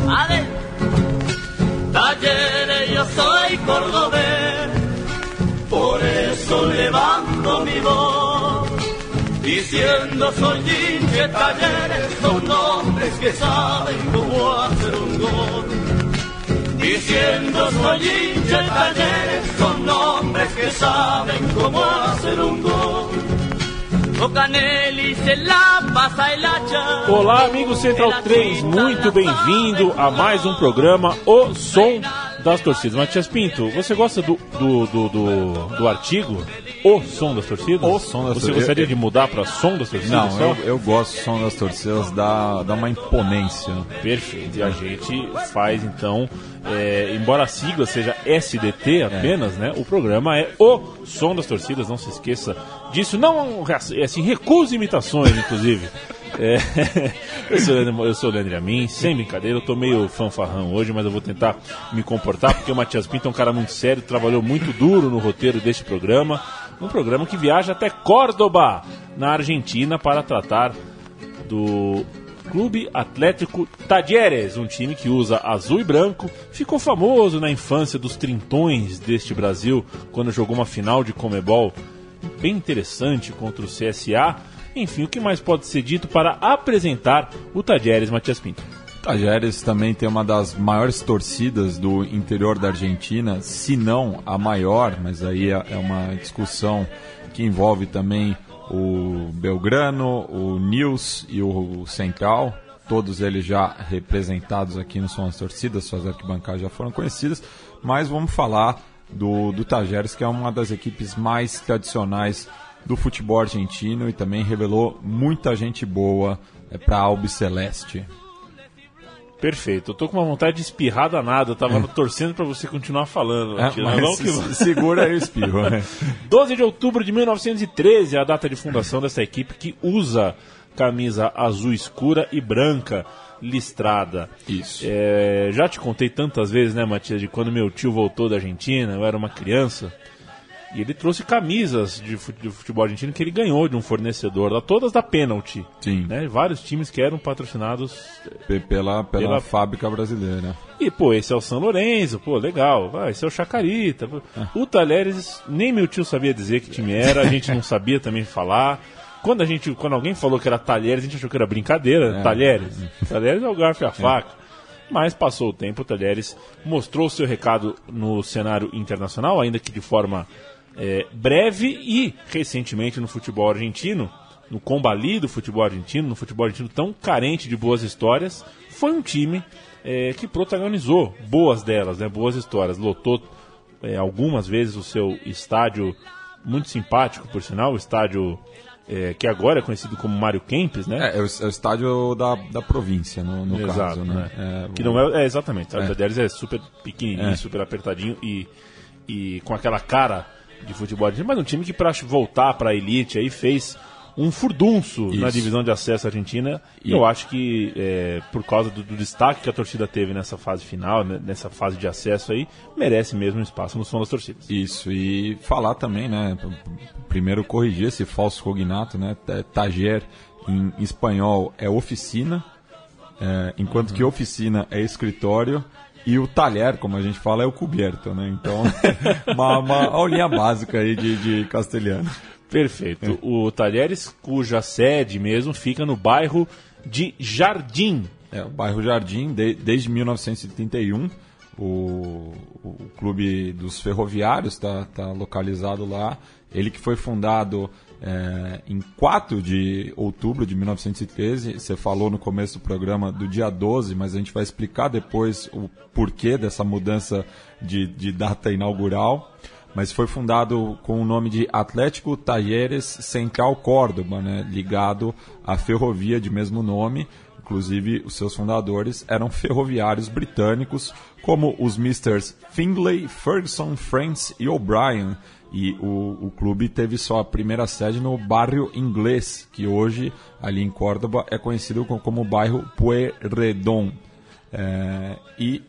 Ale, Talleres, yo soy cordobés, por eso levanto mi voz, diciendo soy hincha de Talleres, son hombres que saben cómo hacer un gol. Diciendo soy hincha de Talleres, son hombres que saben cómo hacer un gol. Olá, amigo Central 3, muito bem-vindo a mais um programa O Som das Torcidas. Matias Pinto, você gosta do artigo O Som das Torcidas? O Som das Você Torcidas. gostaria de mudar para Som das Torcidas? Não, eu gosto do Som das Torcidas, dá uma imponência. Perfeito, e a gente faz então, embora a sigla seja SDT apenas, né? O programa é O Som das Torcidas, não se esqueça disso. Não, assim, recuse imitações, inclusive. Eu sou o Leandro Amin, sem brincadeira, eu tô meio fanfarrão hoje, mas eu vou tentar me comportar, porque o Matias Pinto é um cara muito sério, trabalhou muito duro no roteiro deste programa, um programa que viaja até Córdoba, na Argentina, para tratar do Clube Atlético Talleres, um time que usa azul e branco, ficou famoso na infância dos trintões deste Brasil, quando jogou uma final de Conmebol bem interessante contra o CSA. Enfim, o que mais pode ser dito para apresentar o Talleres, Matias Pinto? Talleres também tem uma das maiores torcidas do interior da Argentina, se não a maior, mas aí é uma discussão que envolve também o Belgrano, o News e o Central, todos eles já representados aqui no Som das Torcidas, suas arquibancadas já foram conhecidas, mas vamos falar do Talleres, que é uma das equipes mais tradicionais do futebol argentino e também revelou muita gente boa para a Albiceleste. Perfeito, eu tô com uma vontade de espirrar danada, eu tava torcendo para você continuar falando. Segura aí o espirro. 12 de outubro de 1913 é a data de fundação dessa equipe, que usa camisa azul escura e branca listrada. Isso. Já te contei tantas vezes, né, Matias, de quando meu tio voltou da Argentina, eu era uma criança, e ele trouxe camisas de futebol argentino que ele ganhou de um fornecedor, todas da Penalty. Sim. Né, vários times que eram patrocinados pela fábrica brasileira. E, esse é o São Lourenço, legal. Esse é o Chacarita. O Talleres, nem meu tio sabia dizer que time era, a gente não sabia também falar. Quando alguém falou que era Talleres, a gente achou que era brincadeira. Talleres é o garfo e a faca. Mas passou o tempo, o Talleres mostrou o seu recado no cenário internacional, ainda que de forma breve, e recentemente no futebol argentino, no combalido futebol argentino, no futebol argentino tão carente de boas histórias, foi um time que protagonizou boas delas, né, boas histórias. Lotou algumas vezes o seu estádio, muito simpático, por sinal, o estádio que agora é conhecido como Mário Kempes, né? É o estádio da província, no Exato, caso, né? Que não exatamente, o estádio Talleres é super pequenininho, super apertadinho e com aquela cara de futebol argentino, mas um time que para voltar para a elite aí fez um furdunço na divisão de acesso argentina, e eu acho que por causa do destaque que a torcida teve nessa fase final, né, nessa fase de acesso aí, merece mesmo um espaço no Som das Torcidas. Isso, e falar também, né, primeiro corrigir esse falso cognato, né, Taller em espanhol é oficina, enquanto que oficina é escritório, e o talher, como a gente fala, é o cubierto, né, então uma aulinha básica aí de castelhano. Perfeito. O Talleres, cuja sede mesmo fica no bairro de Jardim. O bairro Jardim, desde 1931, o clube dos ferroviários está localizado lá. Ele que foi fundado em 4 de outubro de 1913. Você falou no começo do programa do dia 12, mas a gente vai explicar depois o porquê dessa mudança de data inaugural. Mas foi fundado com o nome de Atlético Talleres Central Córdoba, né, ligado à ferrovia de mesmo nome. Inclusive, os seus fundadores eram ferroviários britânicos, como os Mrs. Findlay, Ferguson, France e O'Brien. E o clube teve sua primeira sede no bairro Inglês, que hoje, ali em Córdoba, é conhecido como bairro Pueyrredón. E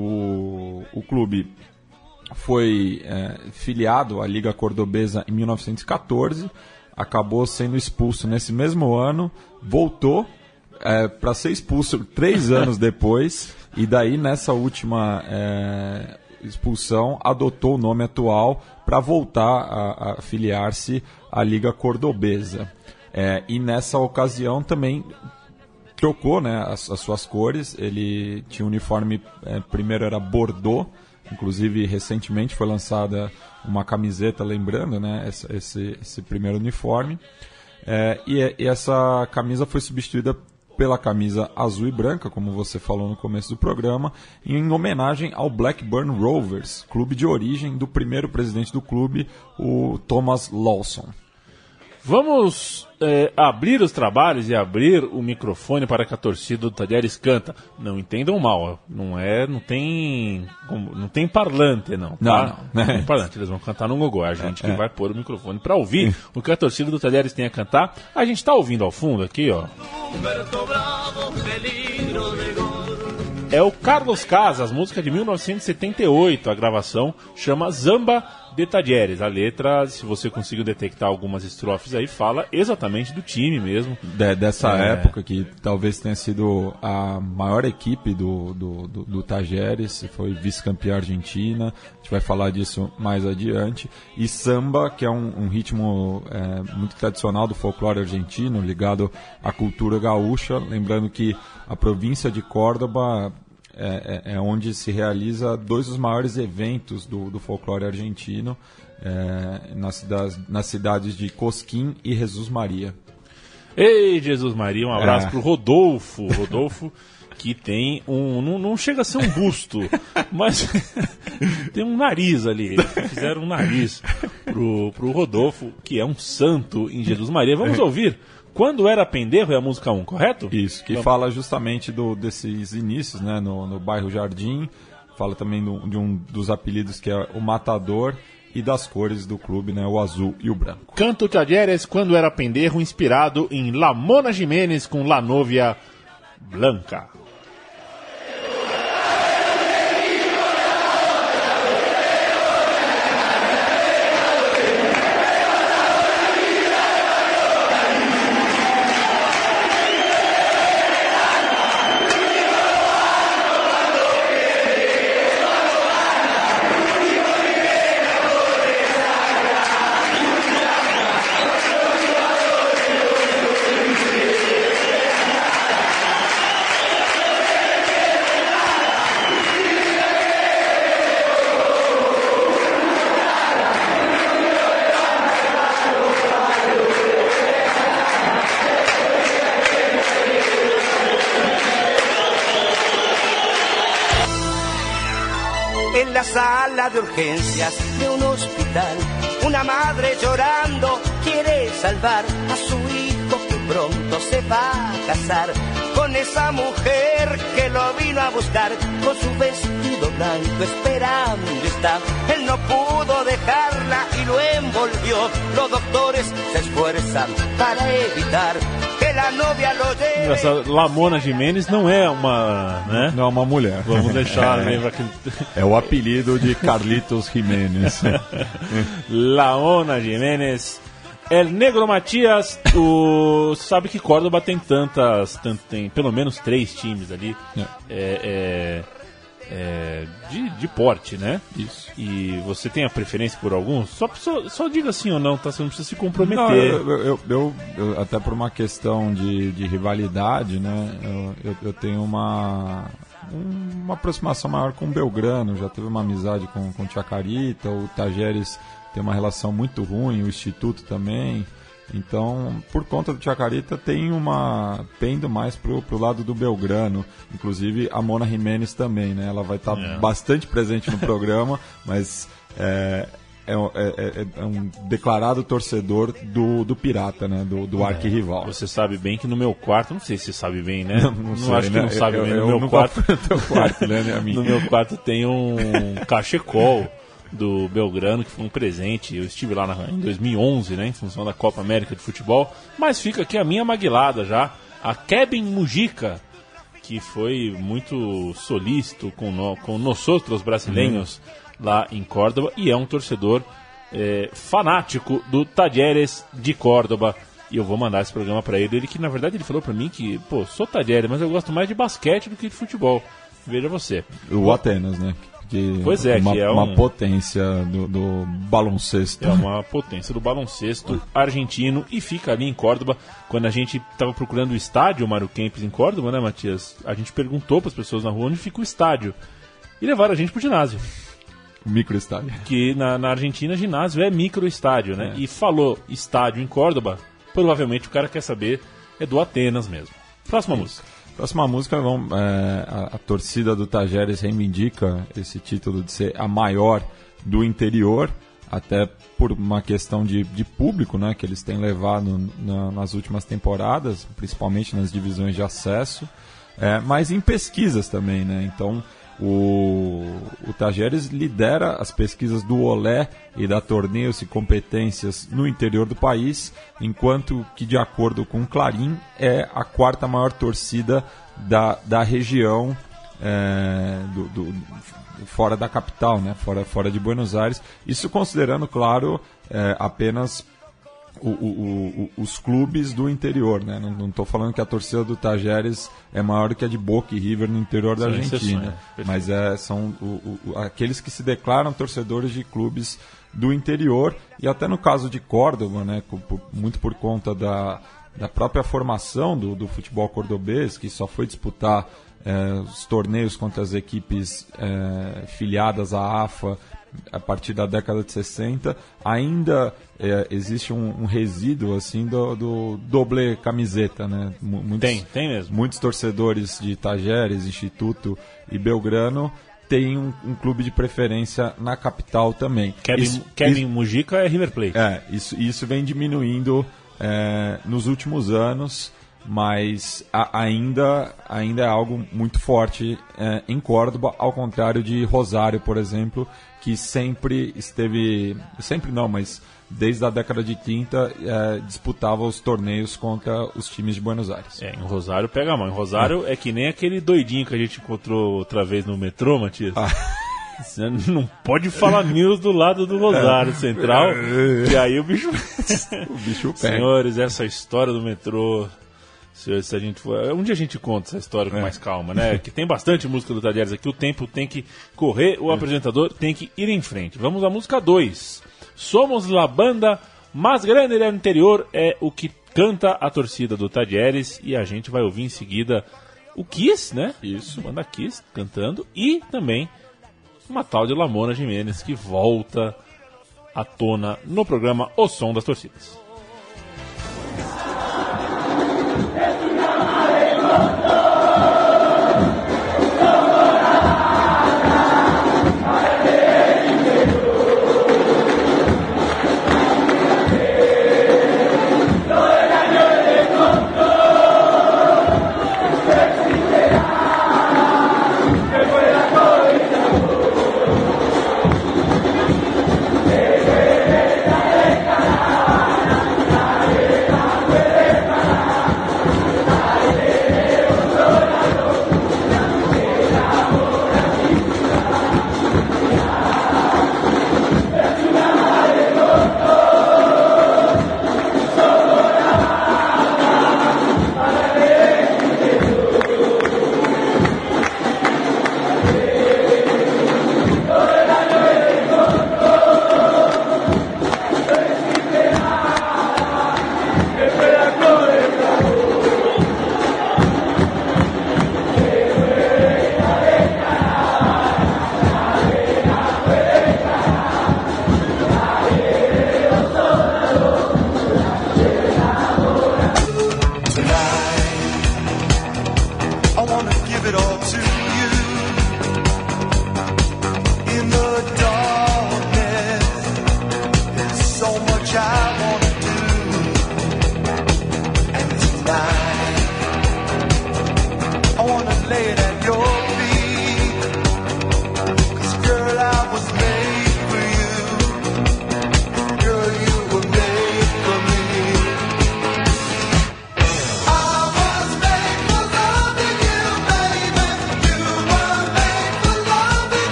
o clube foi filiado à Liga Cordobesa em 1914, acabou sendo expulso nesse mesmo ano, voltou para ser expulso 3 anos depois, e daí nessa última expulsão adotou o nome atual para voltar a filiar-se à Liga Cordobesa. E nessa ocasião também trocou, né, as suas cores. Ele tinha um uniforme, primeiro era Bordeaux, inclusive recentemente foi lançada uma camiseta lembrando, né, esse primeiro uniforme. E essa camisa foi substituída pela camisa azul e branca, como você falou no começo do programa, em homenagem ao Blackburn Rovers, clube de origem do primeiro presidente do clube, o Thomas Lawson. Vamos abrir os trabalhos e abrir o microfone para que a torcida do Talheres canta. Não entendam mal, não tem parlante, não. Tá? Não tem parlante, eles vão cantar no gogó. A gente que vai pôr o microfone para ouvir o que a torcida do Talheres tem a cantar. A gente está ouvindo ao fundo aqui, ó. É o Carlos Casas, música de 1978, a gravação chama Zamba de Talheres. A letra, se você conseguiu detectar algumas estrofes aí, fala exatamente do time mesmo. Dessa época, que talvez tenha sido a maior equipe do Talheres, foi vice-campeã argentina, a gente vai falar disso mais adiante. E samba, que é um ritmo muito tradicional do folclore argentino, ligado à cultura gaúcha, lembrando que a província de Córdoba é onde se realiza 2 dos maiores eventos do folclore argentino, nas cidades de Cosquín e Jesus Maria. Ei, Jesus Maria, um abraço pro Rodolfo. Rodolfo, que tem não chega a ser um busto, mas tem um nariz ali. Fizeram um nariz pro Rodolfo, que é um santo em Jesus Maria. Vamos ouvir Quando Era Pendejo, é a música 1, correto? Isso, que fala justamente desses inícios, né, no bairro Jardim. Fala também de um dos apelidos, que é o Matador, e das cores do clube, né, o azul e o branco. Canto Talheres, Quando Era Pendejo, inspirado em La Mona Jiménez com La Novia Blanca. En la sala de urgencias de un hospital, una madre llorando quiere salvar a su hijo que pronto se va a casar con esa mujer que lo vino a buscar con su vestido blanco esperando está. Él no pudo dejarla y lo envolvió. Los doctores se esfuerzan para evitar que la novia lo lleve. Essa La Mona Jiménez não é uma, né? Não é uma mulher. Vamos deixar, lembra que é o apelido de Carlitos Jiménez. La Mona Jiménez. El Negro Matias, sabe que Córdoba tem tem pelo menos 3 times ali de porte, né? Isso. E você tem a preferência por alguns? Só diga sim ou não, tá? Você não precisa se comprometer. Não, eu até por uma questão de rivalidade, né? Eu tenho uma aproximação maior com o Belgrano, já teve uma amizade com o Chacarita, o Talheres tem uma relação muito ruim, o Instituto também. Então, por conta do Chacarita, pendo mais pro lado do Belgrano. Inclusive, a Mona Jiménez também, né? Ela vai estar bastante presente no programa, mas é um declarado torcedor do Pirata, né? Do arquirrival. Você sabe bem que no meu quarto, não sei se você sabe bem, né? Não sei, acho que não sabe bem. No meu quarto, né, no meu quarto tem um cachecol do Belgrano, que foi um presente. Eu estive lá em 2011, né, em função da Copa América de Futebol. Mas fica aqui a minha maguilada já, a Kevin Mujica, que foi muito solícito com nós outros brasileiros lá em Córdoba, e é um torcedor fanático do Talheres de Córdoba. E eu vou mandar esse programa pra ele. Ele que, na verdade, ele falou pra mim que, pô, sou Talheres, mas eu gosto mais de basquete do que de futebol. Veja você. O Atenas, né? Que pois é, uma, que é uma potência do baloncesto. É uma potência do baloncesto argentino e fica ali em Córdoba. Quando a gente estava procurando o estádio, o Mário Kempes em Córdoba, né, Matias? A gente perguntou para as pessoas na rua onde fica o estádio. E levaram a gente pro ginásio. Microestádio. Que na Argentina, ginásio é microestádio, né? E falou estádio em Córdoba, provavelmente o cara quer saber é do Atenas mesmo. Próxima música. Próxima música, a torcida do Talleres reivindica esse título de ser a maior do interior, até por uma questão de público, né, que eles têm levado nas últimas temporadas, principalmente nas divisões de acesso, mas em pesquisas também, né? Então o Talleres lidera as pesquisas do Olé e da Torneios e Competências no interior do país, enquanto que, de acordo com o Clarim, é a quarta maior torcida da região, fora da capital, né? fora de Buenos Aires. Isso considerando, claro, apenas os clubes do interior, né? Não estou falando que a torcida do Talleres é maior que a de Boca e River no interior da Argentina, mas são aqueles que se declaram torcedores de clubes do interior. E até no caso de Córdoba, né? Muito por conta da própria formação do futebol cordobês, que só foi disputar os torneios contra as equipes filiadas à AFA a partir da década de 60, ainda existe um resíduo assim do doble camiseta, né? Tem mesmo. Muitos torcedores de Talleres, Instituto e Belgrano têm um clube de preferência na capital também. Kevin Mujica é River Plate. Isso vem diminuindo nos últimos anos, mas ainda é algo muito forte em Córdoba, ao contrário de Rosário, por exemplo, que sempre esteve... Sempre não, mas desde a década de 30 disputava os torneios contra os times de Buenos Aires. Em Rosário pega a mão. Em Rosário é que nem aquele doidinho que a gente encontrou outra vez no metrô, Matias. Você não pode falar news do lado do Rosário Central, e aí o bicho pega. Senhores, essa história do metrô... Se a gente for... Um dia a gente conta essa história com mais calma, né? Que tem bastante música do Talleres aqui, o tempo tem que correr, o apresentador tem que ir em frente. Vamos à música 2. Somos la banda mais grande do interior, é o que canta a torcida do Talleres, e a gente vai ouvir em seguida o Kiss, né? Isso, banda Kiss cantando, e também uma tal de Lamona Jiménez que volta à tona no programa O Som das Torcidas.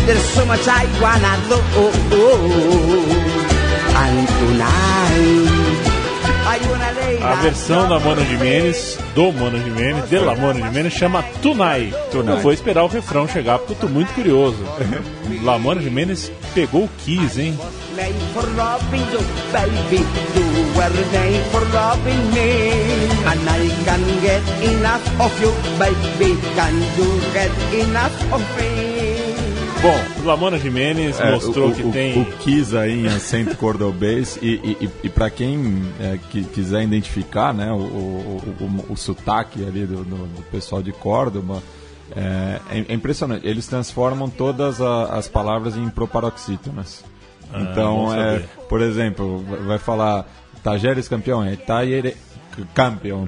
there's so much I wanna know. And tonight I wanna lay A versão da Mano Jimenez, do Mano Jimenez, de La Mano Jimenez, chama Tonight. Eu vou esperar o refrão chegar porque eu tô muito curioso. La Mano Jimenez pegou o Kiss, hein? made for loving you, baby. You were made for loving me, and I can get enough of you, baby. Can you get enough of me? Bom, La Mano Jimenez mostrou que tem... O Kiss aí em acento cordobês e para quem quiser identificar, né, o sotaque ali do pessoal de Córdoba, é impressionante. Eles transformam todas as palavras em proparoxítonas. Então, por exemplo, vai falar Talleres campeão, é Talleres campeão.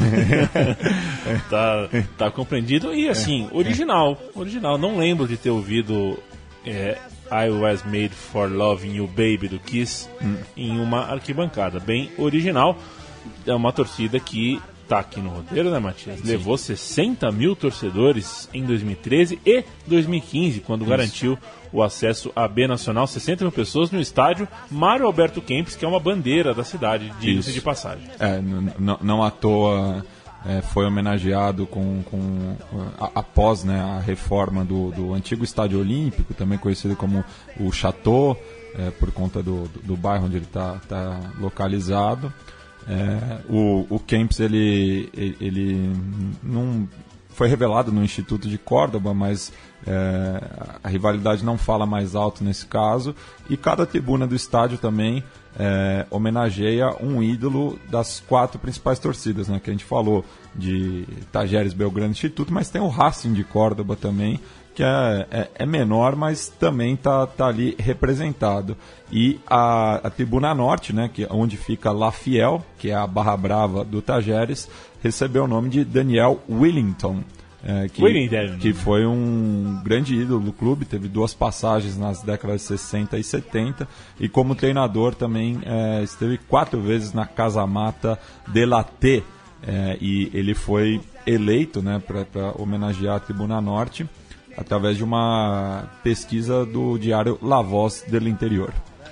tá compreendido. E assim, original. Não lembro de ter ouvido I Was Made for Loving You Baby do Kiss em uma arquibancada. Bem original. É uma torcida que tá aqui no roteiro, né, Matias? Sim. Levou 60 mil torcedores em 2013 e 2015, quando garantiu o acesso à B Nacional. 60 mil pessoas no estádio Mário Alberto Kempis, que é uma bandeira da cidade, diga-se de passagem. Não à toa foi homenageado após, né, a reforma do antigo Estádio Olímpico, também conhecido como o Chateau, por conta do bairro onde ele está localizado. O Kempis ele não foi revelado no Instituto de Córdoba, mas a rivalidade não fala mais alto nesse caso, e cada tribuna do estádio também homenageia um ídolo das 4 principais torcidas, né, que a gente falou de Talleres, Belgrano e Instituto, mas tem o Racing de Córdoba também, que é menor, mas também tá ali representado. E a Tribuna Norte, né, onde fica La Fiel, que é a Barra Brava do Talleres, recebeu o nome de Daniel Willington, que foi um grande ídolo do clube, teve 2 passagens nas décadas de 60 e 70, e como treinador também esteve 4 vezes na Casa Mata de la T, e ele foi eleito, né, para homenagear a Tribuna Norte, através de uma pesquisa do diário La Voz del Interior.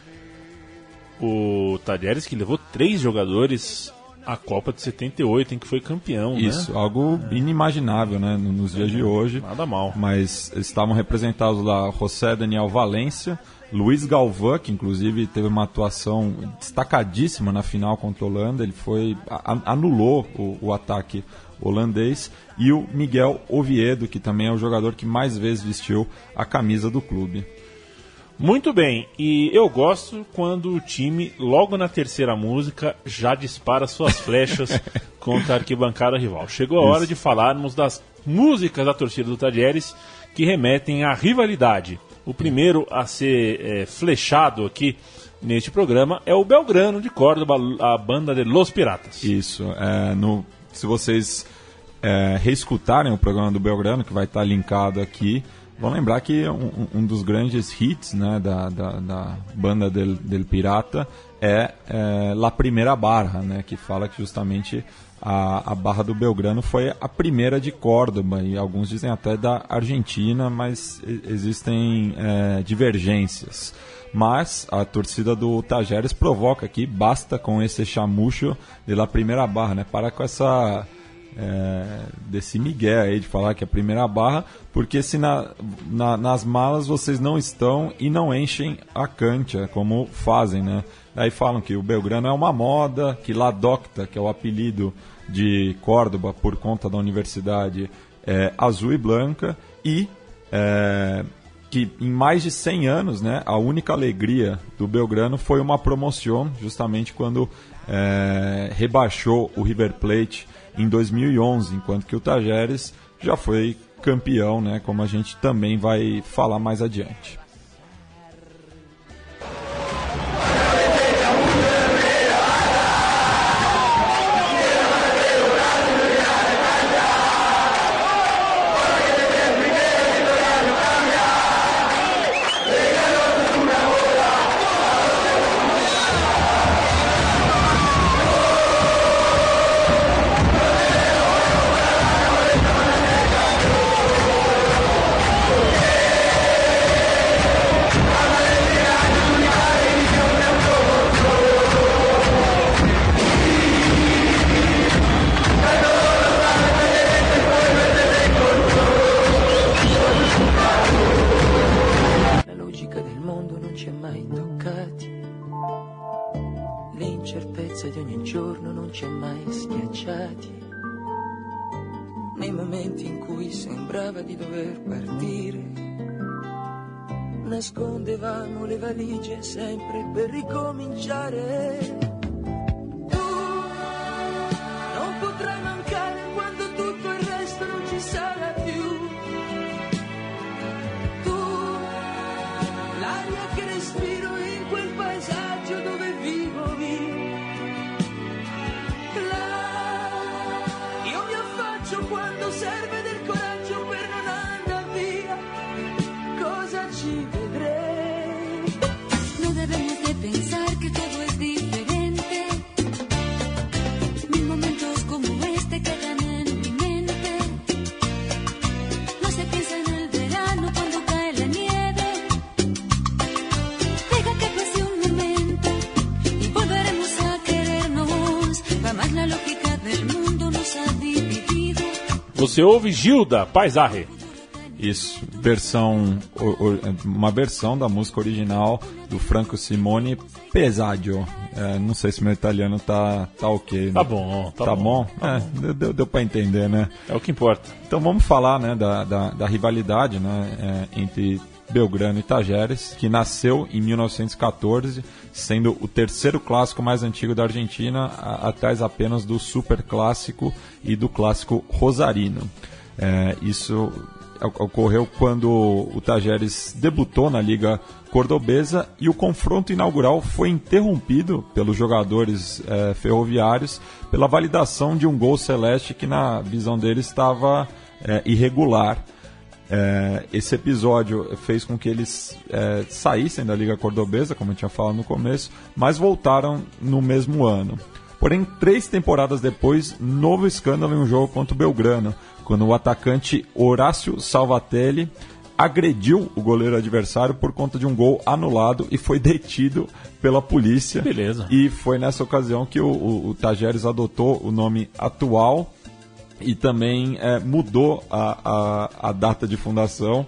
O Talleres que levou 3 jogadores à Copa de 78, em que foi campeão. Isso, né? Algo inimaginável, né, nos dias de hoje. Nada mal. Mas estavam representados lá José Daniel Valência, Luiz Galvão, que inclusive teve uma atuação destacadíssima na final contra a Holanda. Ele anulou o ataque holandês, e o Miguel Oviedo, que também é o jogador que mais vezes vestiu a camisa do clube. Muito bem, e eu gosto quando o time, logo na terceira música, já dispara suas flechas contra a arquibancada rival. Chegou a hora de falarmos das músicas da torcida do Talleres que remetem à rivalidade. O primeiro a ser flechado aqui neste programa é o Belgrano de Córdoba, a banda de Los Piratas. Isso, se vocês reescutarem o programa do Belgrano, que vai estar linkado aqui, vão lembrar que um dos grandes hits, né, da banda del Pirata é La Primera Barra, né, que fala que justamente a Barra do Belgrano foi a primeira de Córdoba, e alguns dizem até da Argentina, mas existem divergências. Mas a torcida do Talleres provoca aqui, basta com esse chamucho de La Primera Barra, né? Para com essa desse migué aí de falar que é a primeira barra, porque se nas malas vocês não estão e não enchem a cancha como fazem, né? Aí falam que o Belgrano é uma moda, que La Docta, que é o apelido de Córdoba por conta da universidade, é azul e branca, e que em mais de 100 anos, né, a única alegria do Belgrano foi uma promoção, justamente quando rebaixou o River Plate em 2011, enquanto que o Talleres já foi campeão, né, como a gente também vai falar mais adiante. c'è mai schiacciati, nei momenti in cui sembrava di dover partire, nascondevamo le valigie sempre per ricominciare. Tu non potrai mancare quando tutto il resto non ci sarà più. Tu, l'aria che respiro in quel paesaggio dove vivo lì. Io mi affaccio quando serve del coraggio per non andar via. Cosa ci vedrei? No debemos de pensar que todo es diferente. Mil momentos como este quedan en mi mente. No se piensa en el verano cuando cae la nieve. Deja que pase un momento y volveremos a querernos. Jamás la lógica del mundo nos ha dividido. Você ouve Gilda Paisarre. Isso, uma versão da música original do Franco Simone, Pesaggio. Não sei se meu italiano tá ok. Né? Tá bom. Tá bom? Deu pra entender, né? É o que importa. Então vamos falar, né, da rivalidade, né, entre Belgrano e Tajeres, que nasceu em 1914, sendo o terceiro clássico mais antigo da Argentina, atrás apenas do Superclássico e do Clássico Rosarino. Isso ocorreu quando o Tajeres debutou na Liga Cordobesa e o confronto inaugural foi interrompido pelos jogadores ferroviários pela validação de um gol celeste que, na visão deles, estava irregular. Esse episódio fez com que eles saíssem da Liga Cordobesa, como eu tinha falado no começo, mas voltaram no mesmo ano. Porém, 3 temporadas depois, novo escândalo em um jogo contra o Belgrano, quando o atacante Horácio Salvatelli agrediu o goleiro adversário por conta de um gol anulado e foi detido pela polícia. Beleza. E foi nessa ocasião que o Tajeres adotou o nome atual e também mudou a data de fundação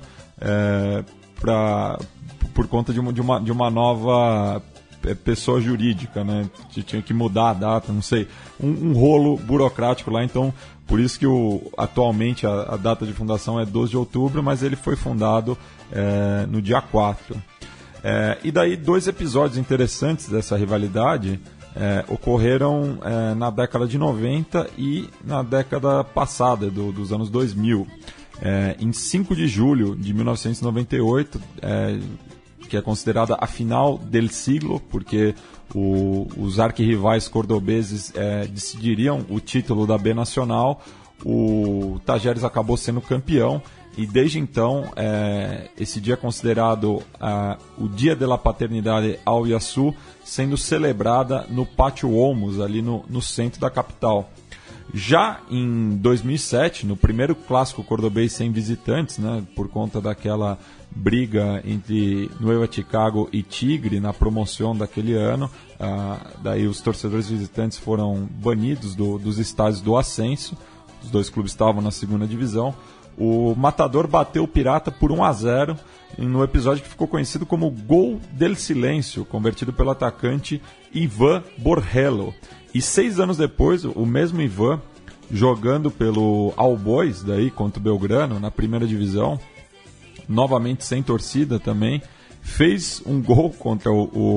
por conta de uma nova pessoa jurídica, né? Tinha que mudar a data, não sei, um rolo burocrático lá, então por isso que atualmente a data de fundação é 12 de outubro, mas ele foi fundado no dia 4. E daí 2 episódios interessantes dessa rivalidade ocorreram na década de 90 e na década passada, dos anos 2000. Em 5 de julho de 1998, que é considerada a final del siglo, porque os arquirrivais cordobeses decidiriam o título da B Nacional, o Tajeres acabou sendo campeão e desde então esse dia é considerado o Dia de la Paternidade ao Iaçu, sendo celebrada no Pátio Olmos, ali no centro da capital. Já em 2007, no primeiro clássico cordobês sem visitantes, né, por conta daquela briga entre Nueva Chicago e Tigre na promoção daquele ano, daí os torcedores visitantes foram banidos dos estádios do Ascenso, os 2 clubes estavam na segunda divisão. O Matador bateu o Pirata por 1-0 no episódio que ficou conhecido como Gol del Silêncio, convertido pelo atacante Ivan Borrello. E 6 anos depois, o mesmo Ivan, jogando pelo All Boys, daí, contra o Belgrano, na primeira divisão, novamente sem torcida também, fez um gol contra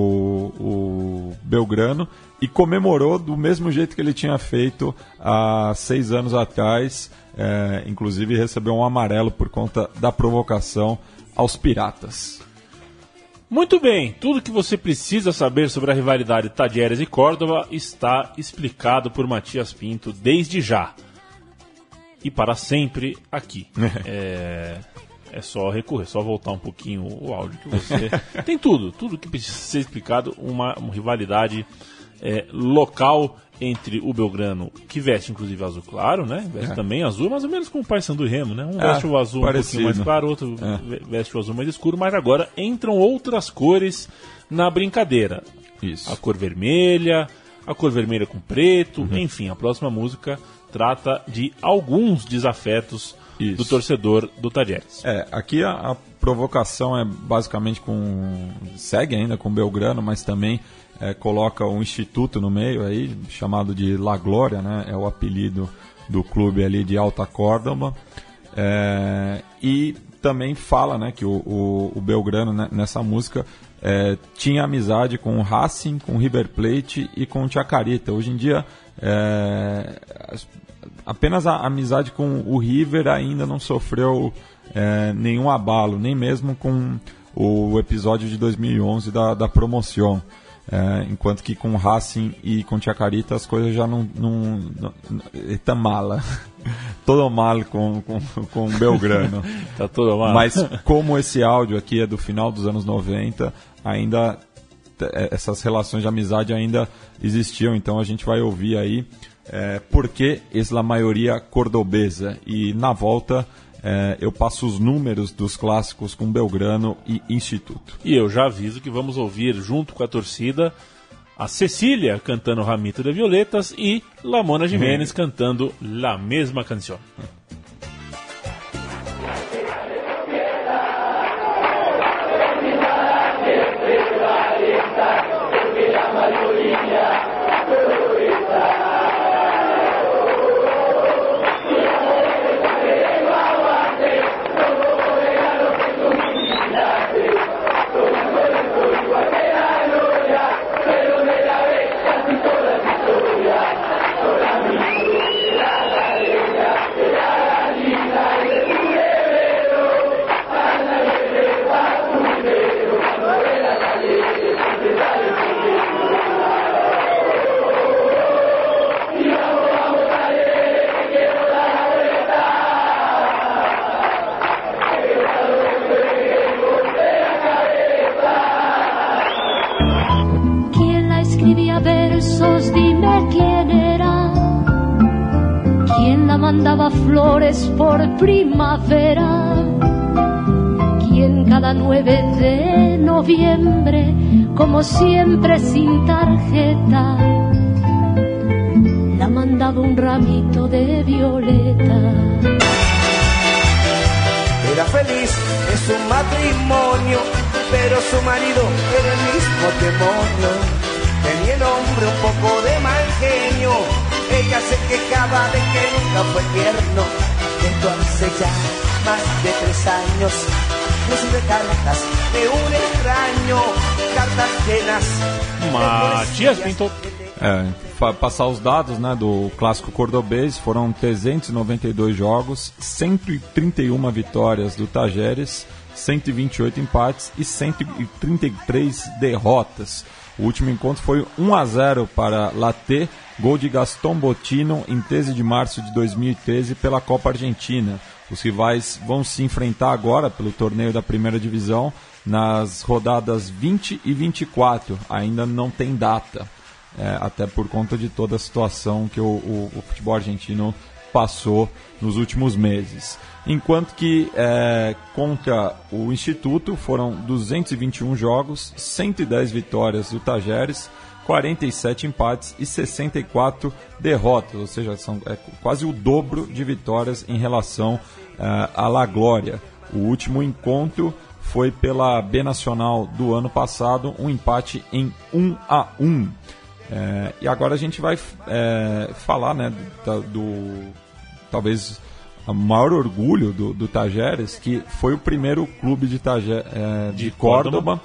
o Belgrano e comemorou do mesmo jeito que ele tinha feito há 6 anos atrás, inclusive recebeu um amarelo por conta da provocação aos Piratas. Muito bem, tudo que você precisa saber sobre a rivalidade Tajeres e Córdoba está explicado por Matias Pinto desde já. E para sempre aqui. É só recorrer, só voltar um pouquinho o áudio que você... Tem tudo que precisa ser explicado, uma rivalidade local entre o Belgrano, que veste inclusive azul claro, né? Veste também azul, mais ou menos como o Paysandu e Remo, né? Um veste o azul parecido, um pouquinho mais claro, outro veste o azul mais escuro, mas agora entram outras cores na brincadeira. Isso. A cor vermelha com preto, enfim, a próxima música trata de alguns desafetos do torcedor do Talleres. Aqui a provocação é basicamente segue ainda com Belgrano, mas também coloca um instituto no meio aí, chamado de La Glória, né? É o apelido do clube ali de Alta Córdoba. E também fala, né, que o Belgrano, né, nessa música tinha amizade com o Racing, com o River Plate e com o Chacarita. Hoje em dia apenas a amizade com o River ainda não sofreu nenhum abalo, nem mesmo com o episódio de 2011 da promoção. Enquanto que com o Racing e com o Chacarita as coisas já não está mala. Todo mal com o Belgrano. Tá todo mal. Mas como esse áudio aqui é do final dos anos 90, ainda essas relações de amizade ainda existiam, então a gente vai ouvir aí porque es la maioria cordobesa. E na volta eu passo os números dos clássicos com Belgrano e Instituto. E eu já aviso que vamos ouvir junto com a torcida a Cecília cantando Ramito de Violetas e La Mona Jiménez cantando La Mesma Canción. Mandaba flores por primavera, quien cada 9 de noviembre, como siempre sin tarjeta, la mandaba un ramito de violeta. Era feliz en su matrimonio, pero su marido era el mismo demonio. Tenía el hombre un poco de mal genio. Ella se quejaba de que nunca fue tierno. Esto hace ya más de 3 años. Recibe cartas de un extraño, cartas llenas. Matias Pinto. Passar os dados, né, do clássico cordobês, foram 392 jogos, 131 vitórias do Talleres, 128 empates e 133 derrotas. O último encontro foi 1-0 para Laté, gol de Gastão Bottino em 13 de março de 2013 pela Copa Argentina. Os rivais vão se enfrentar agora pelo torneio da primeira divisão nas rodadas 20 e 24. Ainda não tem data, até por conta de toda a situação que o futebol argentino passou nos últimos meses. Enquanto que contra o Instituto foram 221 jogos, 110 vitórias do Talleres, 47 empates e 64 derrotas, ou seja, são quase o dobro de vitórias em relação à La Glória. O último encontro foi pela B Nacional do ano passado, um empate em 1-1. E agora a gente vai falar, né, do talvez o maior orgulho do Talleres, que foi o primeiro clube de Córdoba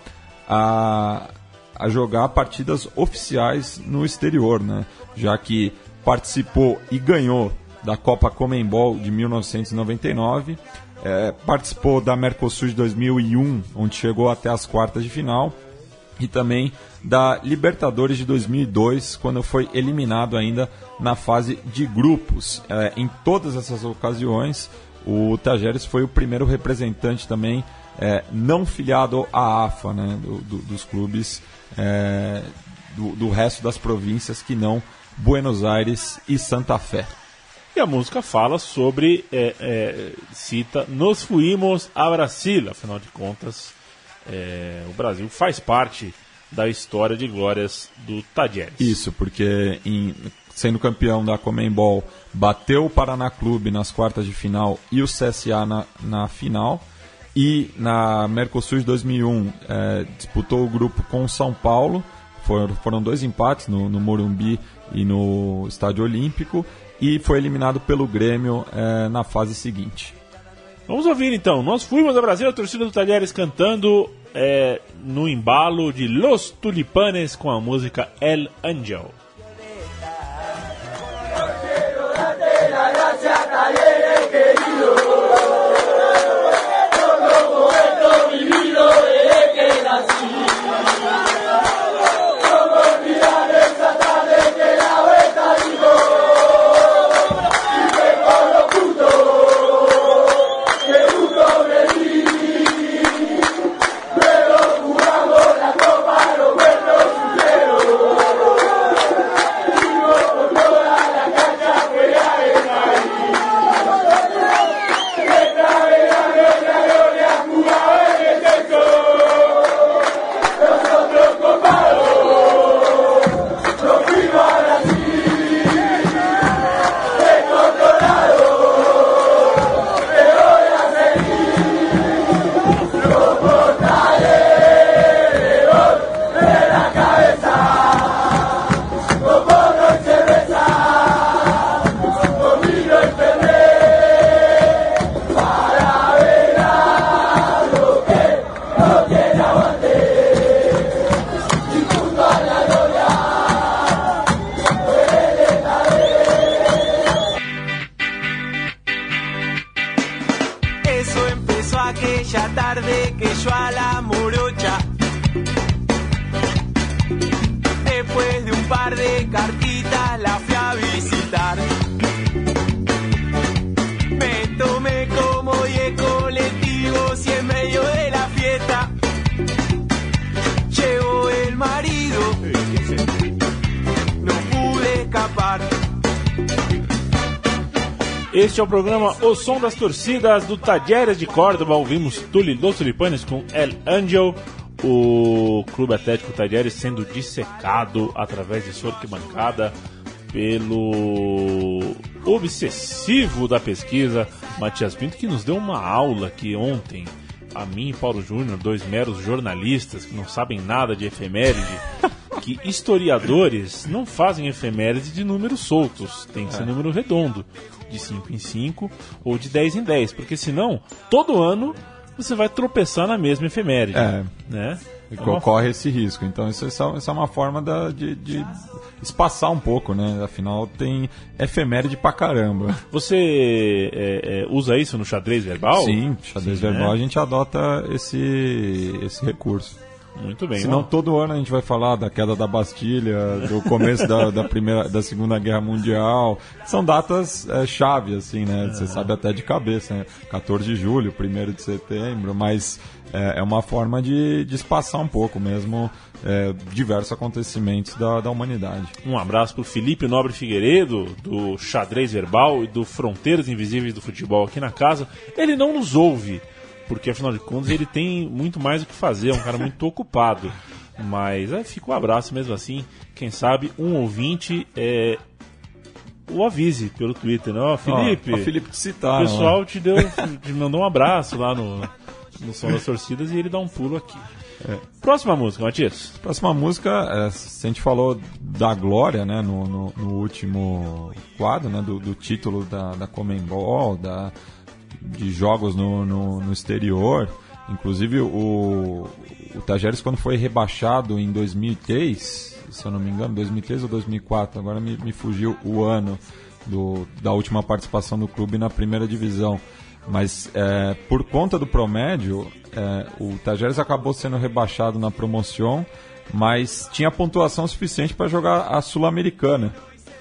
a jogar partidas oficiais no exterior, né? Já que participou e ganhou da Copa Conmebol de 1999, participou da Mercosul de 2001, onde chegou até as quartas de final, e também da Libertadores de 2002, quando foi eliminado ainda na fase de grupos. Em todas essas ocasiões, o Talleres foi o primeiro representante também não filiado à AFA, né, dos clubes do resto das províncias que não Buenos Aires e Santa Fé. E a música fala sobre, cita, Nos fuimos a Brasil. Afinal de contas, o Brasil faz parte da história de glórias do Talleres. Isso, porque sendo campeão da Conmebol, bateu o Paraná Clube nas quartas de final e o CSA na final. E na Mercosul de 2001 disputou o grupo com o São Paulo. Foram 2 empates no Morumbi e no Estádio Olímpico. E foi eliminado pelo Grêmio na fase seguinte. Vamos ouvir então. Nós fomos a Brasil, a torcida do Talheres cantando no embalo de Los Tulipanes com a música El Angel. Este é o programa O Som das Torcidas do Talheres de Córdoba. Ouvimos Los Tulipanes com El Angel, o Clube Atlético Talheres sendo dissecado através de sua arquibancada pelo obsessivo da pesquisa Matias Pinto, que nos deu uma aula aqui ontem, a mim e Paulo Júnior, 2 meros jornalistas que não sabem nada de efeméride, que historiadores não fazem efeméride de números soltos, tem que ser número redondo, de 5 em 5 ou de 10 em 10, porque senão, todo ano, você vai tropeçar na mesma efeméride. Né? Corre esse risco. Então isso é uma forma de espaçar um pouco, né? Afinal, tem efeméride pra caramba. Você usa isso no xadrez verbal? Sim, xadrez verbal a gente adota esse recurso. Muito bem. Senão todo ano a gente vai falar da queda da Bastilha, do começo da Segunda Guerra Mundial. São datas chave, assim, né? Você sabe até de cabeça, né? 14 de julho, 1º de setembro, mas é uma forma de espaçar um pouco mesmo diversos acontecimentos da humanidade. Um abraço para o Felipe Nobre Figueiredo, do Xadrez Verbal e do Fronteiras Invisíveis do Futebol aqui na casa. Ele não nos ouve, porque afinal de contas ele tem muito mais o que fazer, é um cara muito ocupado. Mas fica um abraço mesmo assim. Quem sabe um ouvinte o avise pelo Twitter, né? Felipe, Felipe te citaram, o pessoal te mandou um abraço lá no Som das Torcidas e ele dá um pulo aqui. Próxima música, Matias. Próxima música, se a gente falou da glória, né, no último quadro, né, do título da Conmebol, de jogos no exterior. Inclusive o Talheres, quando foi rebaixado em 2003, se eu não me engano, 2003 ou 2004, agora me fugiu o ano da última participação do clube na primeira divisão, mas por conta do promédio, o Talheres acabou sendo rebaixado na promoção, mas tinha pontuação suficiente para jogar a Sul-Americana.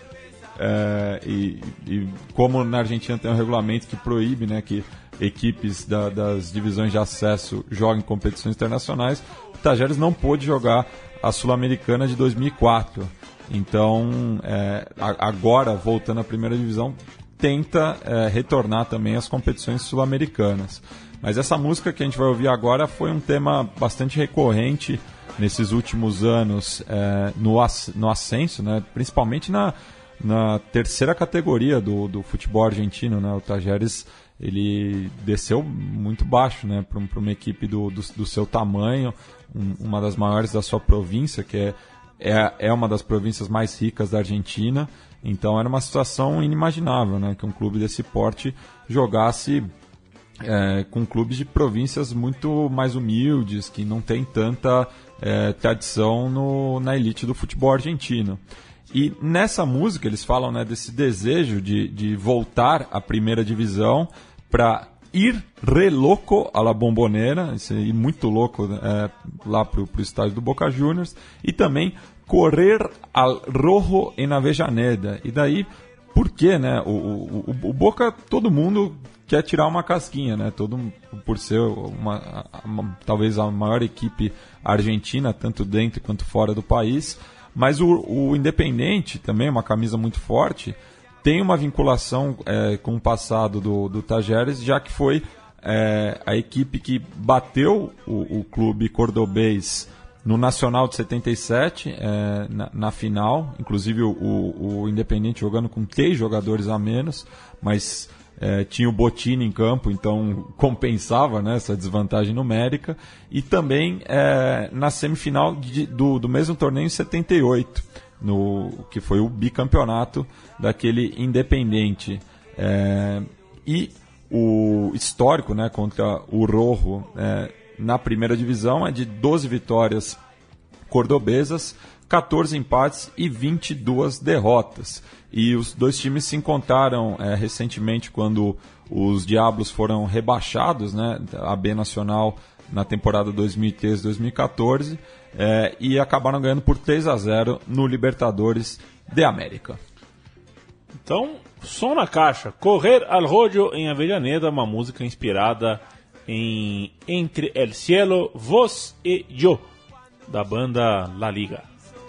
E como na Argentina tem um regulamento que proíbe, né, que equipes das divisões de acesso joguem competições internacionais, o Talheres não pôde jogar a Sul-Americana de 2004. Então, agora, voltando à primeira divisão, tenta retornar também às competições sul-americanas. Mas essa música que a gente vai ouvir agora foi um tema bastante recorrente nesses últimos anos no ascenso, né, principalmente na terceira categoria do futebol argentino, né? O Talleres, ele desceu muito baixo, né? Para uma equipe do seu tamanho, uma das maiores da sua província, que é uma das províncias mais ricas da Argentina. Então era uma situação inimaginável, né? Que um clube desse porte jogasse com clubes de províncias muito mais humildes, que não tem tanta tradição na elite do futebol argentino. E nessa música eles falam, né, desse desejo de voltar à primeira divisão para ir re loco a la Bombonera, ir muito louco lá pro estádio do Boca Juniors, e também correr al rojo en Avellaneda. E daí, por quê, né? O Boca, todo mundo quer tirar uma casquinha, né? Por ser talvez a maior equipe argentina, tanto dentro quanto fora do país. Mas o Independente, também uma camisa muito forte, tem uma vinculação com o passado do Talleres, já que foi a equipe que bateu o clube cordobês no Nacional de 77, na final. Inclusive o Independente jogando com 3 jogadores a menos, mas tinha o Bottini em campo, então compensava, né, essa desvantagem numérica. E também na semifinal do mesmo torneio em 78, que foi o bicampeonato daquele Independente. E o histórico, né, contra o Rojo na primeira divisão é de 12 vitórias cordobesas, 14 empates e 22 derrotas. E os dois times se encontraram recentemente quando os Diablos foram rebaixados, né, a B Nacional na temporada 2013-2014, e acabaram ganhando por 3-0 no Libertadores de América. Então, som na caixa, Correr al Rojo em Avellaneda, uma música inspirada em Entre el Cielo, Vos e Yo, da banda La Liga.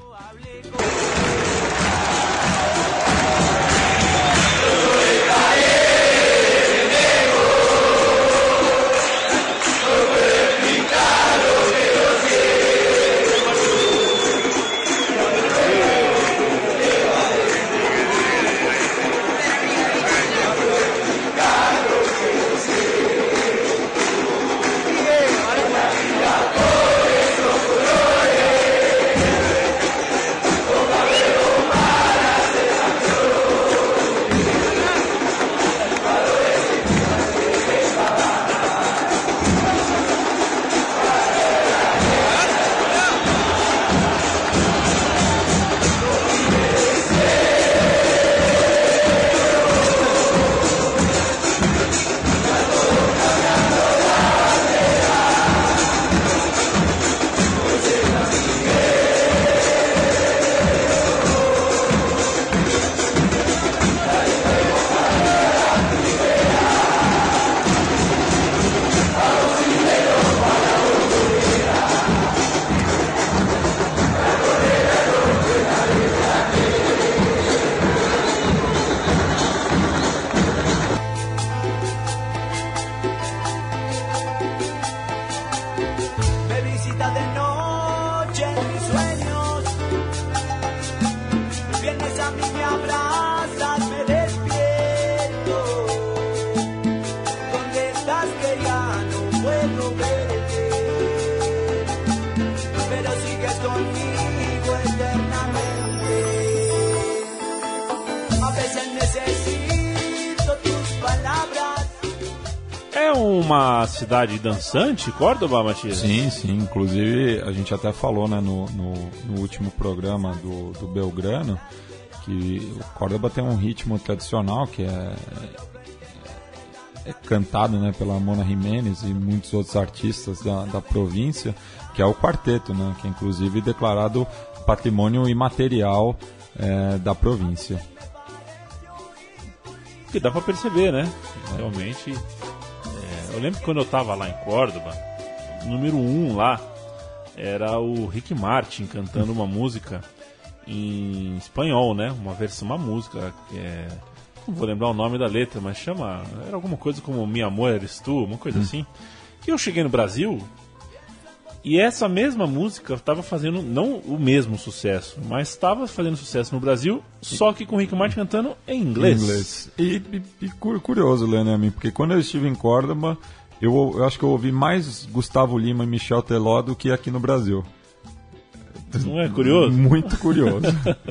Uma cidade dançante, Córdoba, Matias? Sim, sim. Inclusive, a gente até falou, né, no último programa do Belgrano, que o Córdoba tem um ritmo tradicional que é cantado, né, pela Mona Jiménez e muitos outros artistas da província, que é o quarteto, né, que é inclusive declarado patrimônio imaterial da província. Que dá para perceber, né? Realmente... Eu lembro que quando eu tava lá em Córdoba, o número 1 lá era o Ricky Martin cantando uma música em espanhol, né? Uma música que não vou lembrar o nome da letra, mas era alguma coisa como Mi Amor Eres Tu, uma coisa assim. E eu cheguei no Brasil E essa mesma música estava fazendo, não o mesmo sucesso, mas estava fazendo sucesso no Brasil, só que com o Rick Martin cantando em inglês. E curioso, Leandro, porque quando eu estive em Córdoba, eu acho que eu ouvi mais Gustavo Lima e Michel Teló do que aqui no Brasil. Não é curioso? Muito curioso.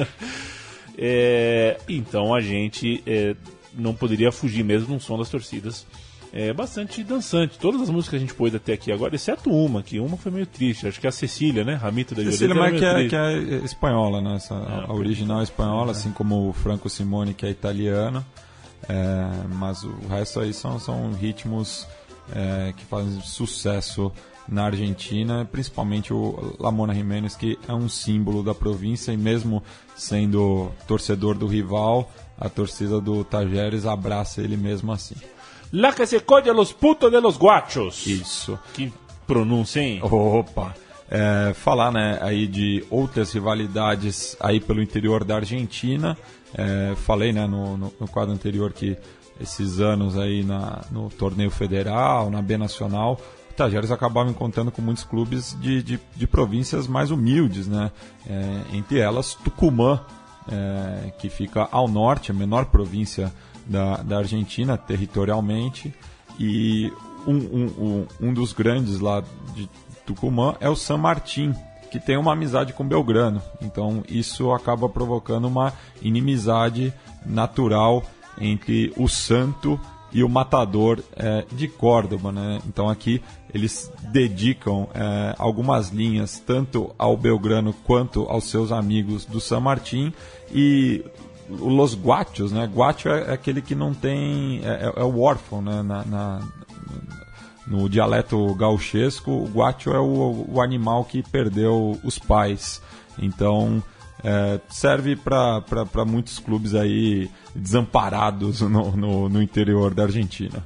Então a gente não poderia fugir mesmo de um som das torcidas. É bastante dançante. Todas as músicas que a gente pôs até aqui agora, exceto uma, que uma foi meio triste. Acho que é a Cecília, né? Ramito da Cecília, Violeta. mas que é espanhola, né? A original é espanhola, assim como o Franco Simone, que é italiano. Mas o resto aí são ritmos que fazem sucesso na Argentina, principalmente o Lamona Jiménez, que é um símbolo da província, e mesmo sendo torcedor do rival, a torcida do Tajeres abraça ele mesmo assim. La que se colla los putos de los guachos. Isso. Que pronúncia, hein? Opa! Falar, né, aí de outras rivalidades aí pelo interior da Argentina. Falei, né, no quadro anterior que esses anos aí no torneio federal, na B Nacional, o Tajeres acabava encontrando com muitos clubes de províncias mais humildes, né? Entre elas Tucumã, que fica ao norte, a menor província da Argentina territorialmente, e um dos grandes lá de Tucumã é o San Martín, que tem uma amizade com Belgrano. Então isso acaba provocando uma inimizade natural entre o Santo e o Matador de Córdoba, né? Então aqui eles dedicam algumas linhas tanto ao Belgrano quanto aos seus amigos do San Martín. E Los Guachos, né? Guacho é aquele que não tem... É o órfão, né? No dialeto gauchesco, o guacho é o animal que perdeu os pais. Então serve para muitos clubes aí desamparados no interior da Argentina.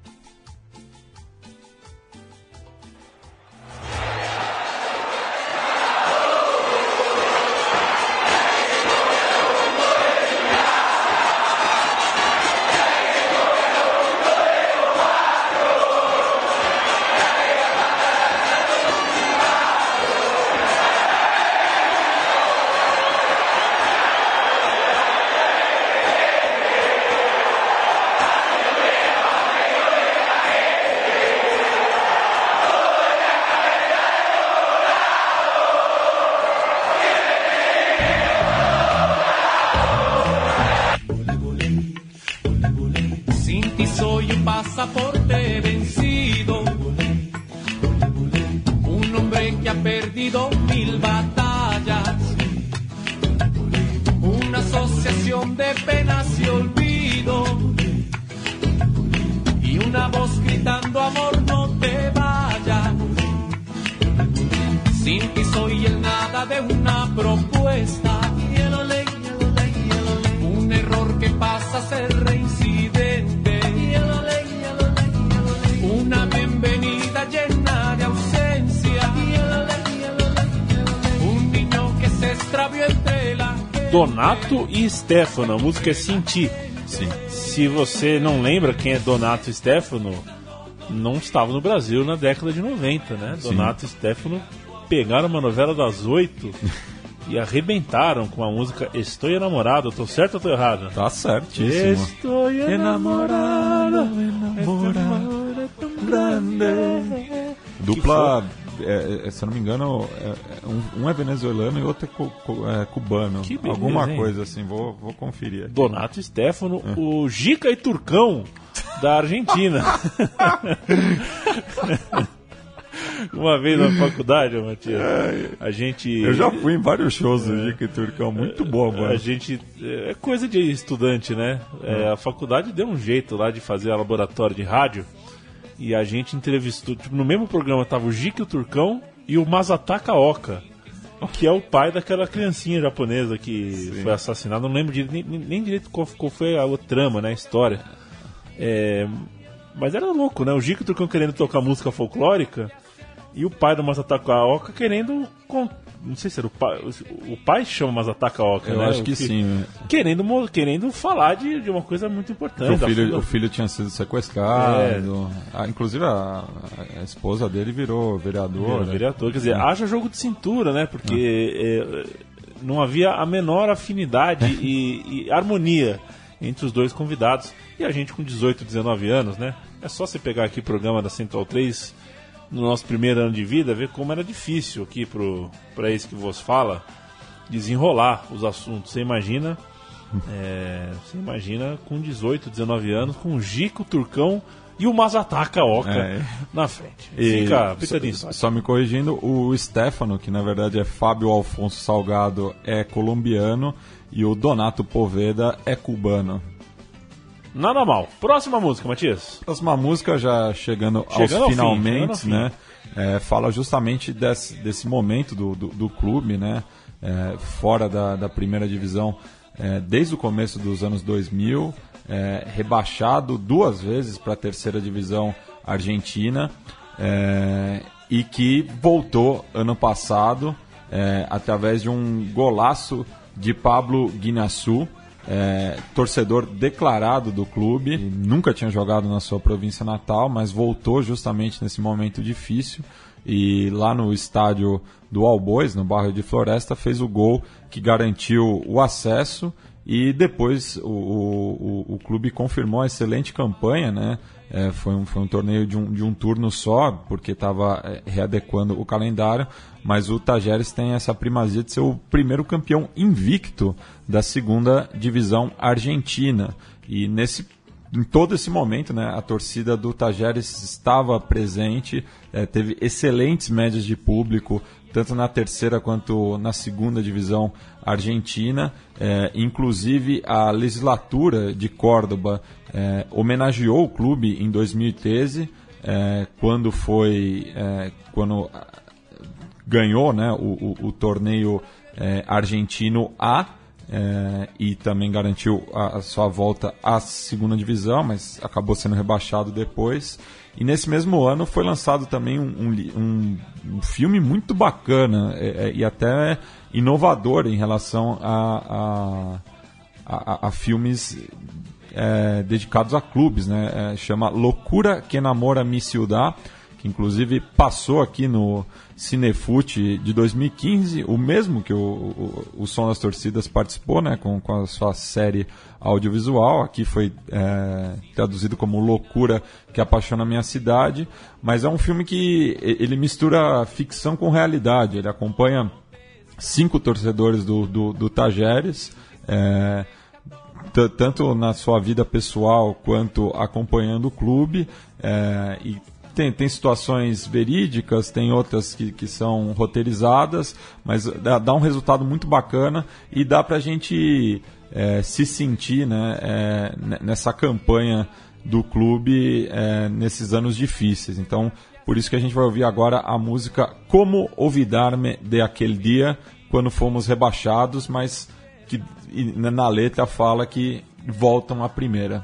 Pasaporte vencido, un hombre que ha perdido 1000 batallas, una asociación de penas y olvido, y una voz gritando amor no te vayas. Sin ti soy el nada de una propuesta, un error que pasa a ser reincidente. Una bienvenida llena de ausencia, un niño que se extravió entre la... Donato e Stefano, a música é Senti. Sim. Se você não lembra quem é Donato e Stefano, não estava no Brasil na década de 90, né? Sim. Donato e Stefano pegaram uma novela das 8 e arrebentaram com a música Estou Enamorado. Tô certo ou tô errado? Tá certíssimo. Estou enamorado. Dupla, se eu não me engano, um é venezuelano e outro é cubano. Que beleza, alguma hein? Coisa assim, vou conferir aqui. Donato e Stefano, o Gica e Turcão da Argentina. Uma vez na faculdade, Matias, a gente... Eu já fui em vários shows do Gica e Turcão, muito bom, mano. A gente... É coisa de estudante, né? A faculdade deu um jeito lá de fazer laboratório de rádio, e a gente entrevistou... Tipo, no mesmo programa tava o Gica e o Turcão e o Masataka Oka, que é o pai daquela criancinha japonesa que foi assassinada. Não lembro nem direito qual foi a trama, né? A história. Mas era louco, né? O Gica e o Turcão querendo tocar música folclórica, e o pai do Masataka Oka querendo não sei se era o pai chama Masataka Oka, Eu né? acho que sim. Querendo falar de uma coisa muito importante. O filho tinha sido sequestrado. Inclusive a esposa dele virou vereador. Vereador, quer dizer, haja jogo de cintura, né? Porque não havia a menor afinidade e harmonia entre os dois convidados. E a gente com 18, 19 anos, né? É só você pegar aqui o programa da Central 3 no nosso primeiro ano de vida, ver como era difícil aqui para esse que vos fala desenrolar os assuntos. Você imagina com 18, 19 anos, com o Gico, o Turcão e o Masataka Oka na frente. Fica pitadinho. Só me corrigindo, o Stefano, que na verdade é Fábio Alfonso Salgado, é colombiano, e o Donato Poveda é cubano. Nada mal. Próxima música, Matias. Próxima música, já chegando aos finalmente, né? Fala justamente desse momento do clube, né? Fora da primeira divisão, desde o começo dos anos 2000, rebaixado 2 vezes para a terceira divisão argentina, e que voltou ano passado através de um golaço de Pablo Guinaçu, torcedor declarado do clube. Nunca tinha jogado na sua província natal, mas voltou justamente nesse momento difícil, e lá no estádio do All Boys, no bairro de Floresta, fez o gol que garantiu o acesso. E depois o clube confirmou a excelente campanha, né? Foi um torneio de um turno só, porque estava readequando o calendário, mas o Tajeres tem essa primazia de ser o primeiro campeão invicto da segunda divisão argentina. E em todo esse momento, né, a torcida do Tajeres estava presente, teve excelentes médias de público, tanto na terceira quanto na segunda divisão argentina. Inclusive a legislatura de Córdoba homenageou o clube em 2013, quando ganhou, né, o torneio argentino A, e também garantiu a sua volta à segunda divisão, mas acabou sendo rebaixado depois. E nesse mesmo ano foi lançado também um filme muito bacana e até inovador em relação a filmes dedicados a clubes, né? Chama Locura que Enamora Mi Ciudad, que inclusive passou aqui no Cinefute de 2015, o mesmo que o Som das Torcidas participou, né, com a sua série audiovisual. Aqui foi traduzido como Loucura que Apaixona a Minha Cidade, mas é um filme que ele mistura ficção com realidade. Ele acompanha 5 torcedores do Tajeres, tanto na sua vida pessoal quanto acompanhando o clube, e tem situações verídicas, tem outras que são roteirizadas, mas dá um resultado muito bacana e dá pra gente se sentir, né, nessa campanha do clube nesses anos difíceis. Então, por isso que a gente vai ouvir agora a música Como Olvidar-me de Aquele Dia, quando fomos rebaixados, mas que na letra fala que voltam à primeira.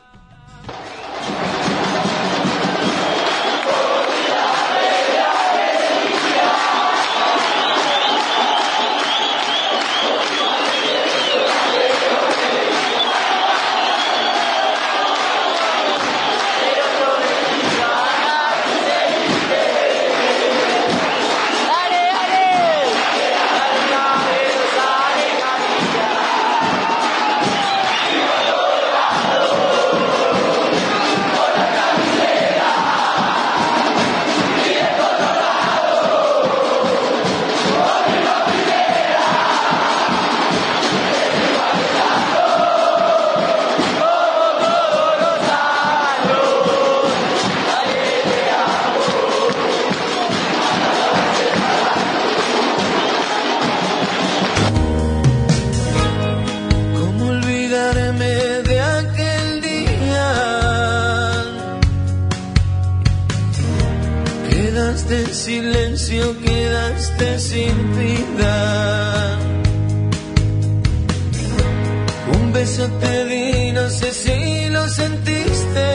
Quedaste en silencio, quedaste sin vida. Un beso te di, no sé si lo sentiste.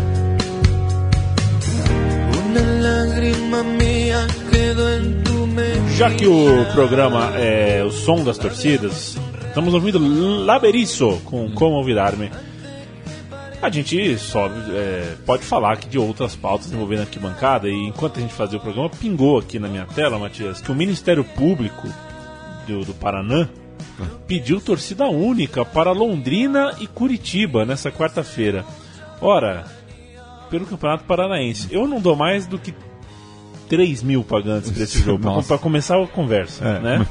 Una lágrima mía quedó en tu mente. Já que o programa é o som das torcidas, estamos ouvindo Laberizo com Como Olvidar-me. A gente só pode falar aqui de outras pautas envolvendo a arquibancada, e enquanto a gente fazia o programa, pingou aqui na minha tela, Matias, que o Ministério Público do Paraná pediu torcida única para Londrina e Curitiba nessa quarta-feira. Ora, pelo Campeonato Paranaense, eu não dou mais do que 3 mil pagantes para esse jogo, para começar a conversa, né?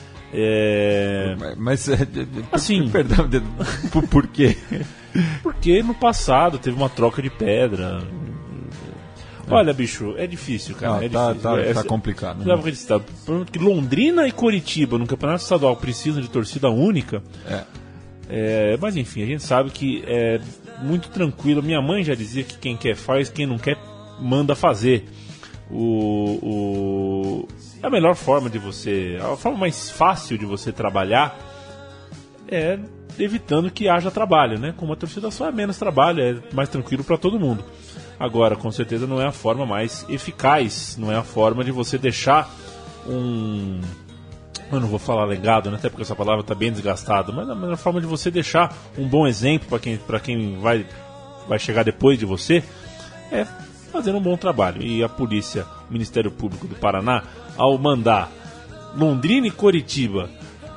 Mas, assim, perdão, por quê? Porque no passado teve uma troca de pedra. Olha, bicho, é difícil, cara. Tá complicado. Né? Que Londrina e Curitiba no Campeonato Estadual precisam de torcida única. Mas enfim, a gente sabe que é muito tranquilo. Minha mãe já dizia que quem quer faz, quem não quer manda fazer. A melhor forma de você, a forma mais fácil de você trabalhar é evitando que haja trabalho, né? Com uma torcida só é menos trabalho, é mais tranquilo para todo mundo. Agora, com certeza não é a forma mais eficaz, não é a forma de você deixar eu não vou falar legado, né? Até porque essa palavra está bem desgastada, mas a melhor forma de você deixar um bom exemplo para quem vai chegar depois de você é fazendo um bom trabalho. E a polícia, o Ministério Público do Paraná, ao mandar Londrina e Curitiba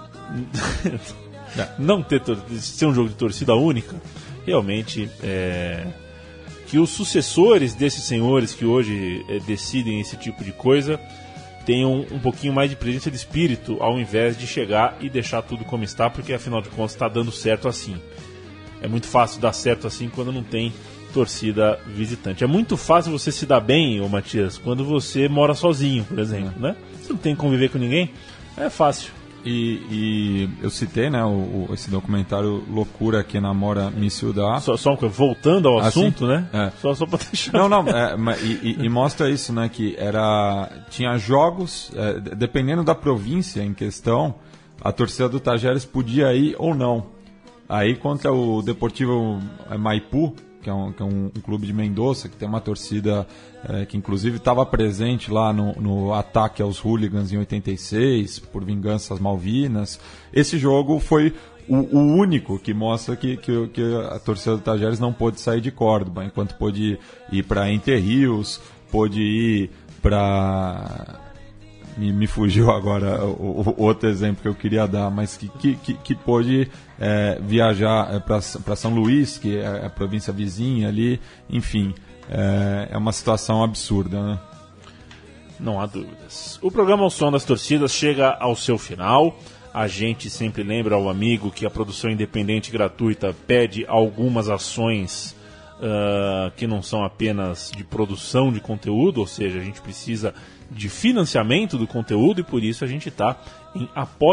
não ser um jogo de torcida única, realmente que os sucessores desses senhores que hoje decidem esse tipo de coisa tenham um pouquinho mais de presença de espírito, ao invés de chegar e deixar tudo como está, porque afinal de contas está dando certo assim. É muito fácil dar certo assim quando não tem torcida visitante. É muito fácil você se dar bem, ô Matias, quando você mora sozinho, por exemplo, né? Você não tem que conviver com ninguém, é fácil. E eu citei, né, esse documentário Loucura que Namora Mi Ciudad. Só uma coisa, voltando ao assunto, né? Só pra deixar... E mostra isso, né, que tinha jogos, dependendo da província em questão, a torcida do Tajeres podia ir ou não. Aí contra o Deportivo Maipú, que é um clube de Mendoza, que tem uma torcida que inclusive estava presente lá no ataque aos hooligans em 86, por vinganças malvinas. Esse jogo foi o único que mostra que a torcida do Tajeres não pôde sair de Córdoba, enquanto pôde ir para Entre Rios, pôde ir para... Me fugiu agora o outro exemplo que eu queria dar, mas que pôde viajar para São Luís, que é a província vizinha ali. Enfim, é uma situação absurda, né? Não há dúvidas. O programa O Som das Torcidas chega ao seu final. A gente sempre lembra ao amigo que a produção independente gratuita pede algumas ações que não são apenas de produção de conteúdo, ou seja, a gente precisa de financiamento do conteúdo, e por isso a gente está em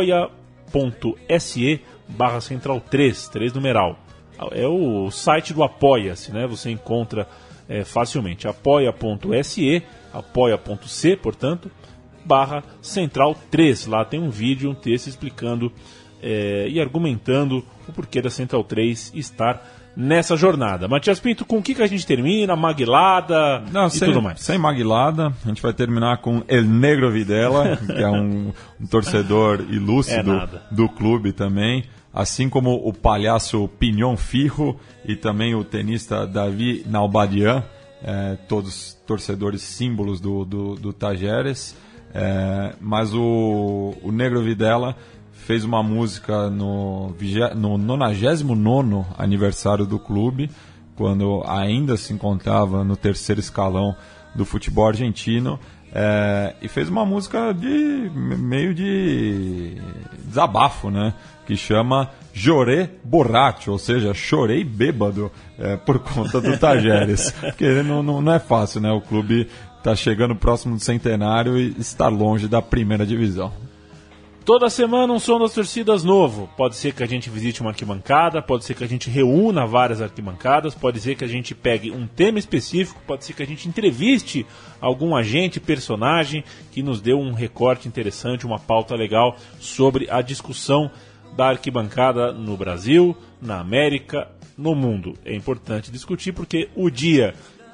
apoia.se/central3, 3 numeral. É o site do Apoia-se, né? Você encontra facilmente. apoia.se, apoia.c, portanto, /central3. Lá tem um vídeo, um texto explicando e argumentando o porquê da Central 3 estar nessa jornada. Matias Pinto, com o que a gente termina? Maguilada tudo mais? Sem maguilada, a gente vai terminar com El Negro Videla, que é um torcedor ilustre do clube também, assim como o palhaço Pinhon Fijo e também o tenista Davi Nalbadian, todos torcedores símbolos do Tajeres, mas o Negro Videla fez uma música no 99º aniversário do clube, quando ainda se encontrava no terceiro escalão do futebol argentino, e fez uma música meio de desabafo, né? Que chama Lloré Borracho, ou seja, chorei bêbado por conta do Tajeres. Porque não é fácil, né? O clube está chegando próximo do centenário e está longe da primeira divisão. Toda semana um Som das Torcidas novo. Pode ser que a gente visite uma arquibancada, pode ser que a gente reúna várias arquibancadas, pode ser que a gente pegue um tema específico, pode ser que a gente entreviste algum agente, personagem que nos dê um recorte interessante, uma pauta legal sobre a discussão da arquibancada no Brasil, na América, no mundo. É importante discutir porque o dia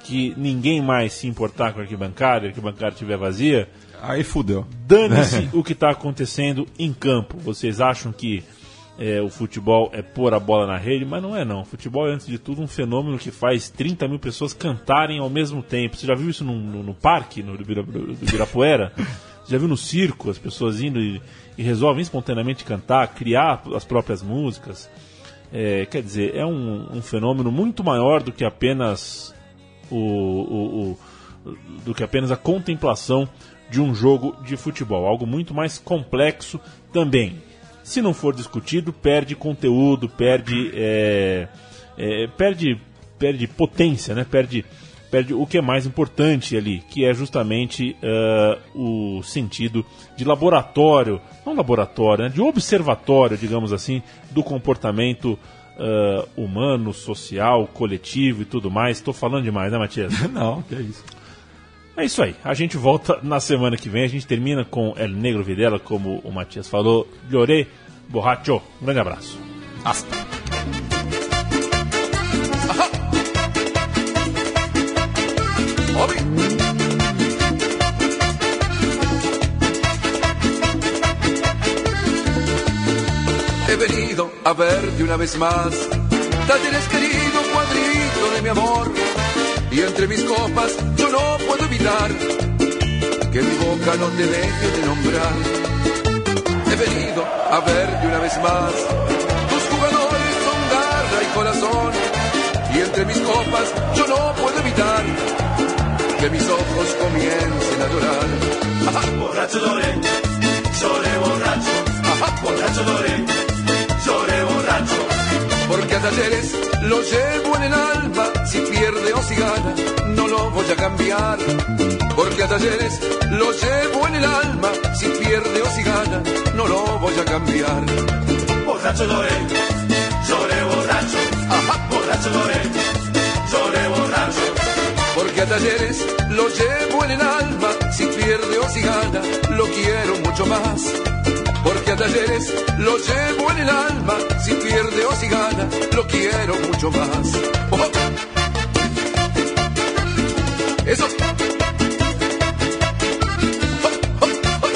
que ninguém mais se importar com a arquibancada estiver vazia, aí fudeu. Dane-se o que está acontecendo em campo. Vocês acham que o futebol é pôr a bola na rede, mas não é não. O futebol é, antes de tudo, um fenômeno que faz 30 mil pessoas cantarem ao mesmo tempo. Você já viu isso no parque, do Ibirapuera? Você já viu no circo, as pessoas indo e resolvem espontaneamente cantar, criar as próprias músicas? Quer dizer, é um fenômeno muito maior do que apenas do que apenas a contemplação de um jogo de futebol. Algo muito mais complexo também. Se não for discutido, perde conteúdo, perde potência, né? Perde o que é mais importante ali, que é justamente o sentido de laboratório, não laboratório, né? De observatório, digamos assim, do comportamento humano, social, coletivo e tudo mais. Estou falando demais, né, Matias? Não, que é isso. É isso aí, a gente volta na semana que vem, a gente termina com El Negro Videla, como o Matias falou. Lloré, borracho, um grande abraço. Hasta. He venido a verte una vez más, talleres querido, cuadrito de mi amor. Y entre mis copas yo no puedo evitar que mi boca no te deje de nombrar. He venido a verte una vez más, tus jugadores son garra y corazón. Y entre mis copas yo no puedo evitar que mis ojos comiencen a llorar. Ajá. Borracho lloré, lloré borracho. Ajá. Borracho lloré, lloré borracho. Porque a Talleres lo llevo en el alma, si pierde o si gana, no lo voy a cambiar. Porque a Talleres lo llevo en el alma, si pierde o si gana, no lo voy a cambiar. Borracho lloré, lloré borracho. Ajá. Borracho lloré, lloré borracho. Porque a Talleres lo llevo en el alma, si pierde o si gana, lo quiero mucho más. Porque a Talleres lo llevo en el alma, si pierde o si gana, lo quiero mucho más. Oh. Eso. Oh, oh, oh.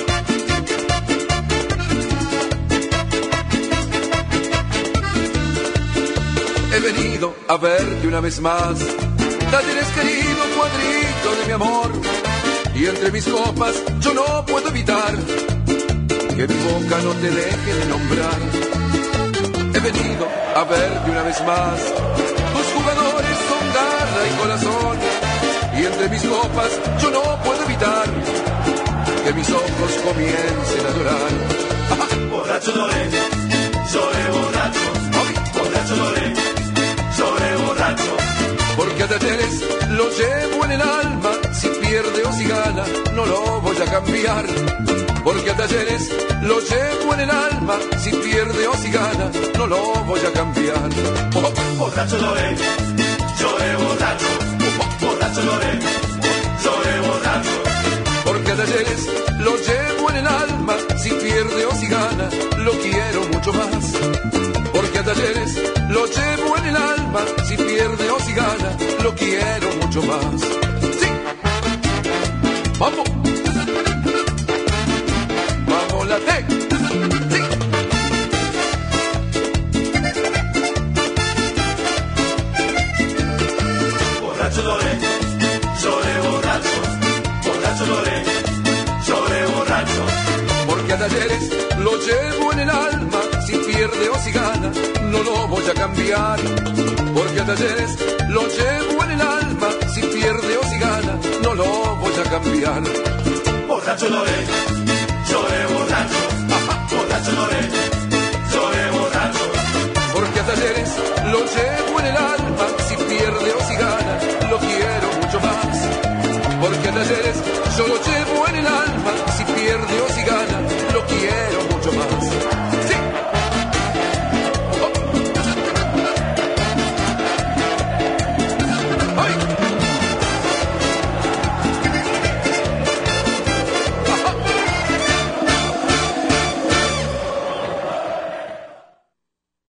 He venido a verte una vez más, Talleres querido, cuadrito de mi amor. Y entre mis copas yo no puedo evitar que mi boca no te deje de nombrar. He venido a verte una vez más, tus jugadores son garra y corazón. Y entre mis copas yo no puedo evitar que mis ojos comiencen a llorar. Ajá. Borracho lloré, lloré borracho. Borracho lloré, lloré borracho. Porque a Talleres lo llevo en el alma, si pierde o si gana, no lo voy a cambiar. Porque a Talleres lo llevo en el alma, si pierde o si gana, no lo voy a cambiar. Oh. Borracho lloré, lloré borracho. Borracho lloré, lloré borracho. Porque a Talleres lo llevo en el alma, si pierde o si gana, lo quiero mucho más. Porque a Talleres lo llevo en el alma, si pierde o si gana, lo quiero mucho más. Sí. Vamos. Vamos la T. Sí. Borracho lloré, lloré borracho. Borracho lloré, lloré borracho. Porque a Talleres lo llevo en el alma, si pierde o si gana, no lo voy a cambiar. Porque a Talleres lo llevo en el alma, si pierde o si gana, no lo voy a cambiar. Borracho lloré, lloré borracho. Borracho lloré, lloré borracho. Porque a Talleres lo llevo